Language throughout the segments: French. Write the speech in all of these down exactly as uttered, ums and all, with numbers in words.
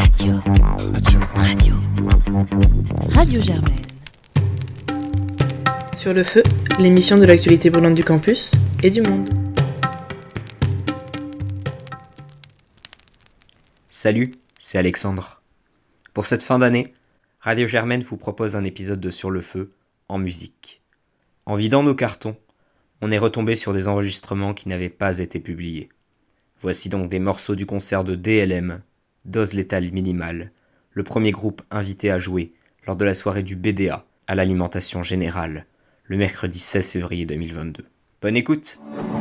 Radio. Radio. Radio. Radio Germaine. Sur le feu, l'émission de l'actualité brûlante du campus et du monde. Salut, c'est Alexandre. Pour cette fin d'année, Radio Germaine vous propose un épisode de Sur le feu, en musique. En vidant nos cartons, on est retombé sur des enregistrements qui n'avaient pas été publiés. Voici donc des morceaux du concert de D L M, Dose létale minimale, le premier groupe invité à jouer lors de la soirée du B D A à l'Alimentation Générale, le mercredi seize février deux mille vingt-deux. Bonne écoute!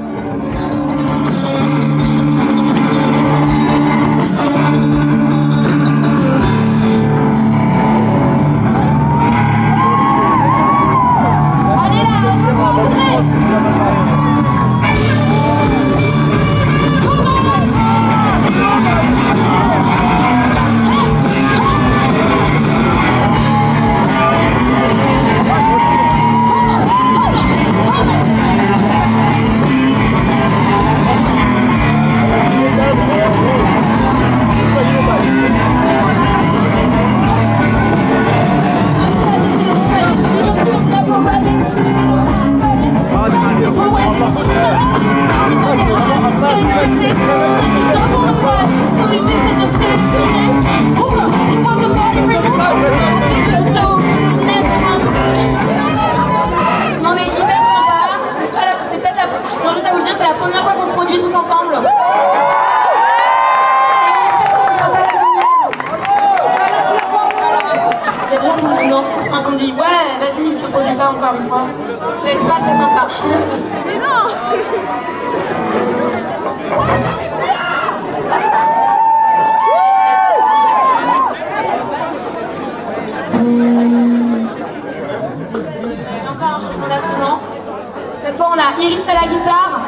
Iris à la guitare,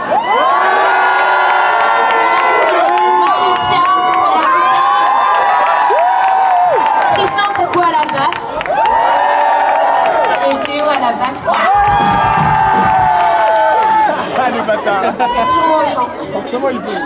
Marie-Pia à la guitare, Tristan c'est quoi à la basse, et Théo à la batterie. Ah les bâtards. Et toujours moi au chant. Forcément il peut.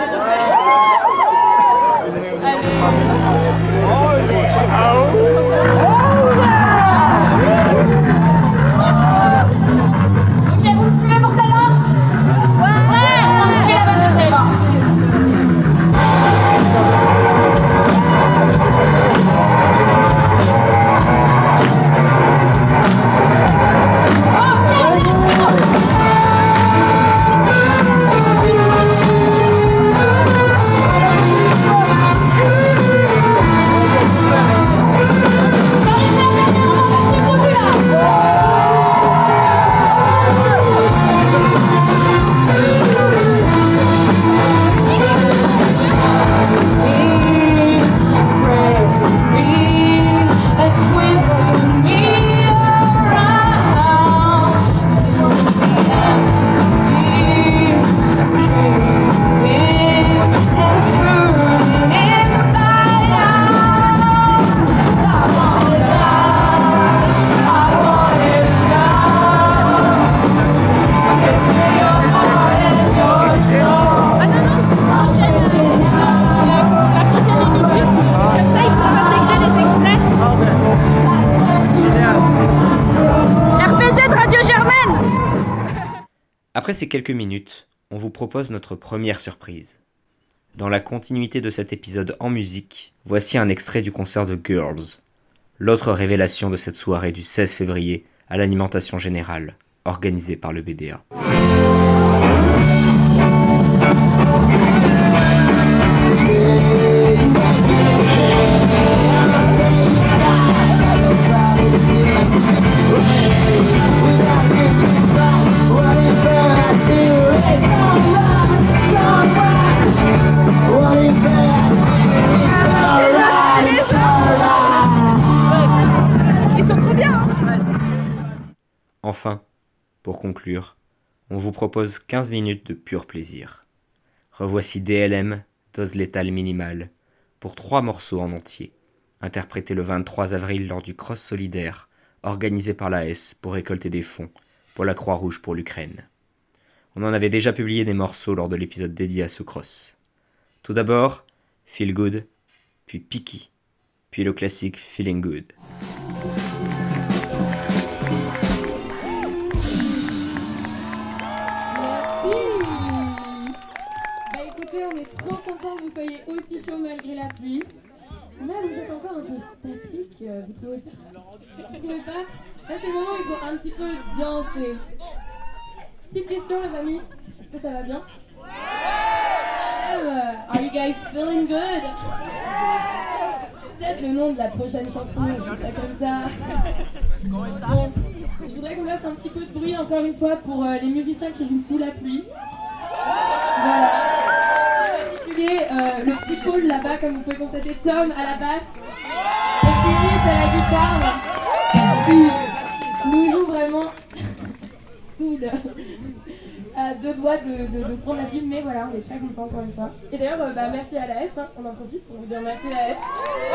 Après ces quelques minutes, on vous propose notre première surprise. Dans la continuité de cet épisode en musique, voici un extrait du concert de Girls, l'autre révélation de cette soirée du seize février à l'Alimentation Générale, organisée par le B D A. Enfin, pour conclure, on vous propose quinze minutes de pur plaisir. Revoici D L M, Dose létale minimale, pour trois morceaux en entier, interprétés le vingt-trois avril lors du Cross solidaire, organisé par l'A S pour récolter des fonds pour la Croix-Rouge pour l'Ukraine. On en avait déjà publié des morceaux lors de l'épisode dédié à ce cross. Tout d'abord, Feel Good, puis Picky, puis le classique Feeling Good. Bah écoutez, on est trop contents que vous soyez aussi chaud malgré la pluie. Là, vous êtes encore un peu statique, euh, vous trouvez pas? Vous trouvez pas? Là, c'est le moment où il faut un petit peu danser. Petite question, les amis. Est-ce que ça va bien? Ouais! Are you guys feeling good? C'est peut-être le nom de la prochaine chanson, je dis ça comme ça. Bon, je voudrais qu'on fasse un petit peu de bruit encore une fois pour euh, les musiciens qui jouent sous la pluie. Voilà. En particulier, euh, le petit pôle là-bas, comme vous pouvez constater, Tom à la basse et Iris à la guitare, qui nous joue vraiment sous le... à deux doigts de, de, de se prendre la ville, mais voilà, on est très contents encore une fois. Et d'ailleurs, euh, bah, merci à la S, hein. On en profite pour vous dire merci à la S.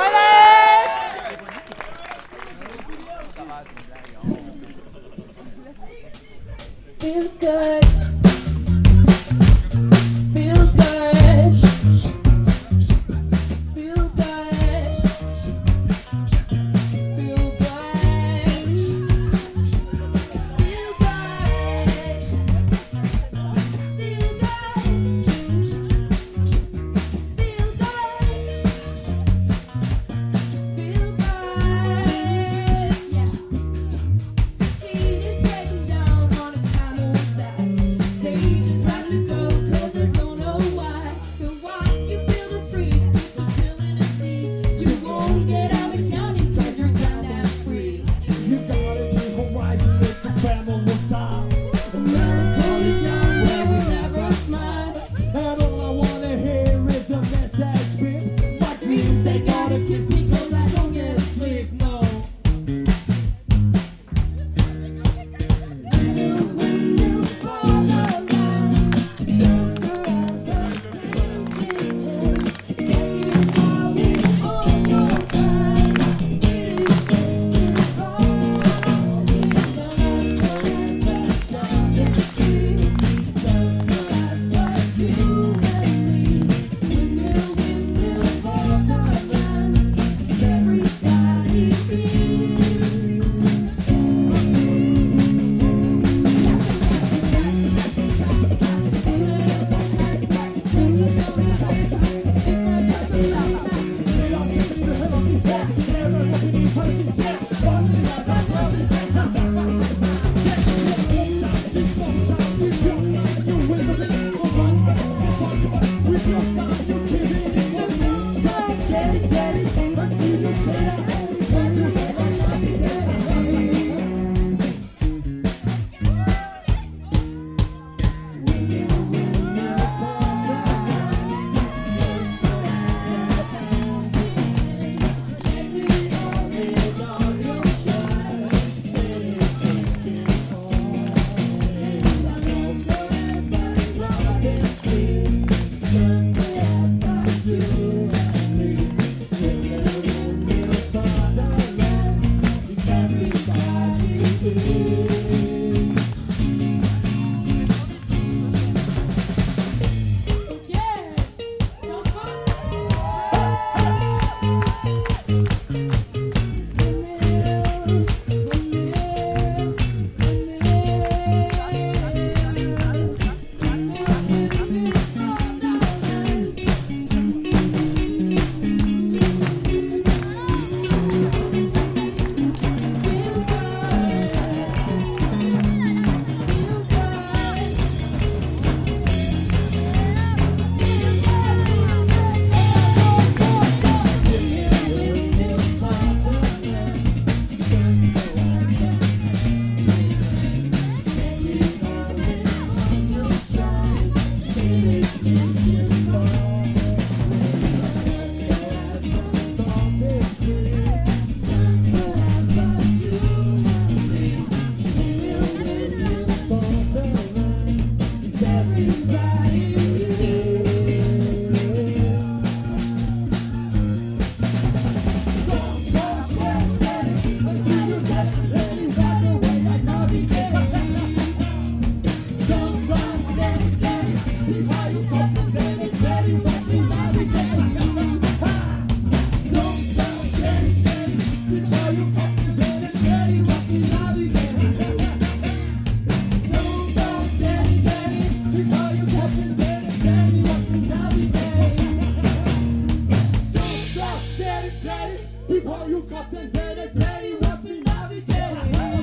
Feel good. Feel good. Feel good. Feel good. Feel good. Feel good. Feel good. Feel good. Yeah. See this breaking down on a camel's back. Pages have to go 'cause I don't know why. So why you feel the streets? It's a feeling to see. You won't get out of county 'cause you're down and free. You gotta be Hawaii, it's a family style. Melancholy town where we never smile. And all I wanna hear is the message, bitch. My dreams, they gotta kiss me 'cause I don't get sleep, no. When you, when you fall around, don't forever thinking him. Take you while it's on your side. It is taking wrong. It's not forever down the street. It's not forever you and me. When you, when you fall around, everybody keep all you captains and they say watch me navigate.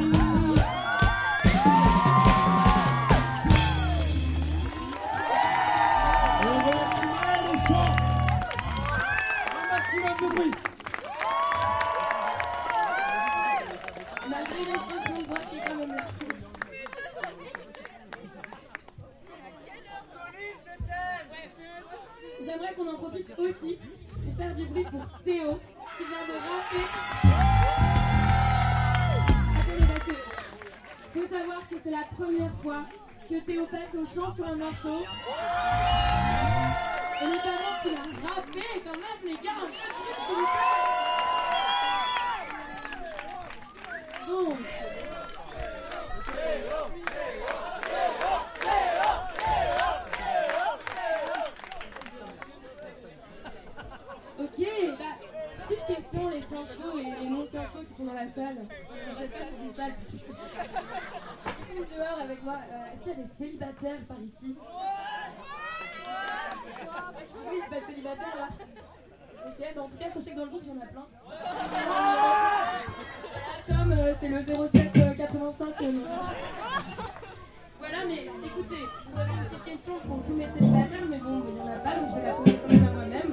On va finir le chant. Un maximum de bruit. Malgré l'expression de voix qui est quand même là. J'aimerais qu'on en profite aussi pour faire du bruit pour Théo qui vient de rapper. Attendez, parce que faut savoir que c'est la première fois que Théo passe au chant sur un morceau. Et notamment qu'il a rappé quand même, les gars, un peu de bruit, s'il vous plaît. Bon. Ok, bah, petite question, les Sciences Po et les non-Sciences Po qui sont dans la salle. Dans la salle, je ne pas. Ils sont dehors avec moi. Euh, est-ce qu'il y a des célibataires par ici? Oui, pas de célibataires là. Ok, bah en tout cas, sachez que dans le groupe, il y en a plein. Tom, euh, c'est le zéro sept quatre-vingt-cinq. Euh, voilà, mais écoutez, j'avais une petite question pour tous mes célibataires, mais bon, il n'y en a pas, donc je vais la poser quand même à moi-même.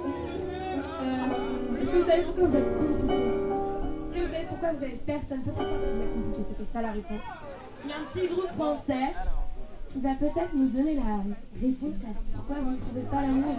Euh, est-ce que vous savez pourquoi vous êtes compliqué? Est-ce que vous savez pourquoi vous avez personne? Pourquoi parce que vous êtes compliqué? C'était ça la réponse. Il y a un petit groupe français qui va peut-être nous donner la réponse à pourquoi vous ne trouvez pas l'amour.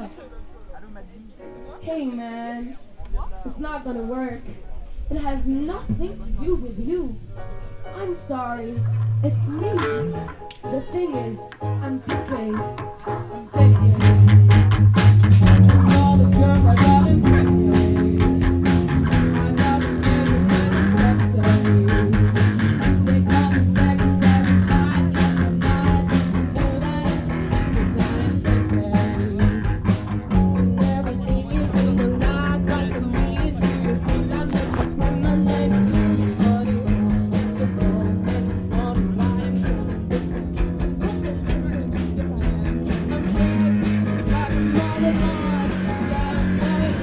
Hey man, it's not gonna work. It has nothing to do with you. I'm sorry, it's me. The thing is, I'm picky. I'm picky. All the girls I got in picky. I got them in sexy. They call me sexy, terrified, just a night. But you know that it's because I'm picky. And everything is in the night, like a me. Do you think I make this with my name? Money, it's so cold, makes you wanna lie. I'm going distance, I'm going distance, yes I am. I'm big, driving all the line. Yeah, I'm very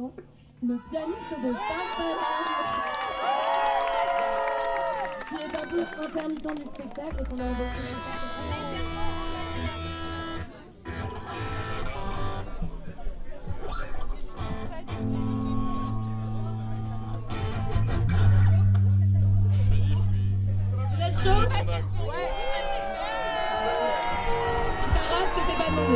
l'instant le pianiste de Pampalam, qui est un peu intermittent du spectacle et qu'on a embauché pour faire. Vous êtes chaud ? Si ça rate, c'était pas demandé.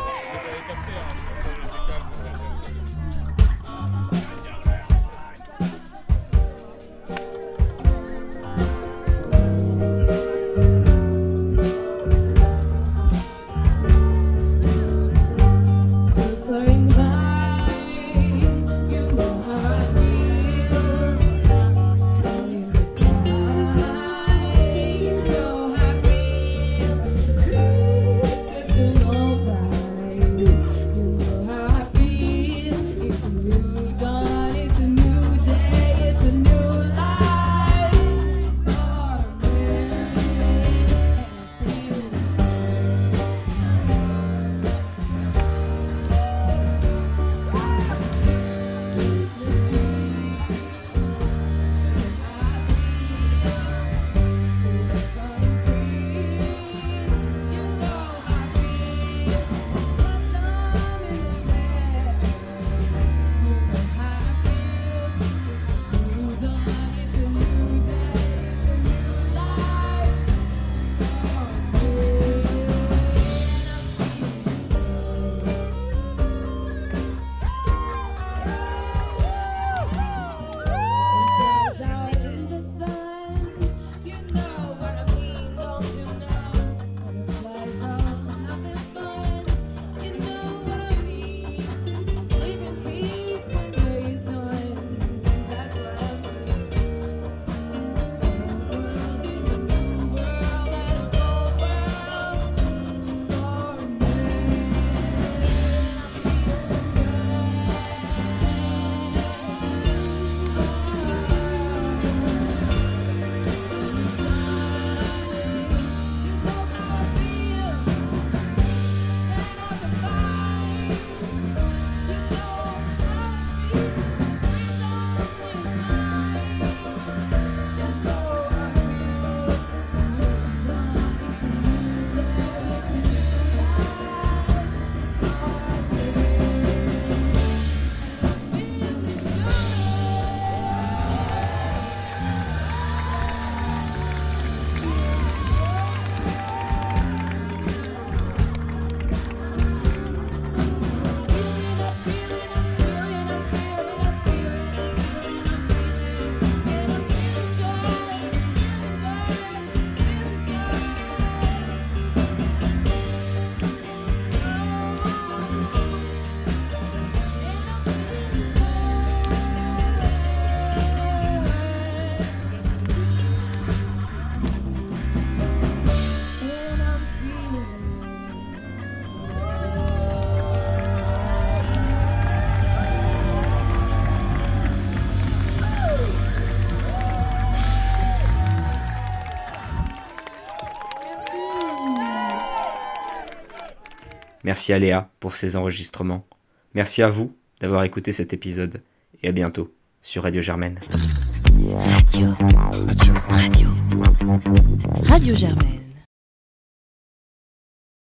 Merci à Léa pour ses enregistrements. Merci à vous d'avoir écouté cet épisode. Et à bientôt sur Radio Germaine. Radio. Radio. Radio. Radio Germaine.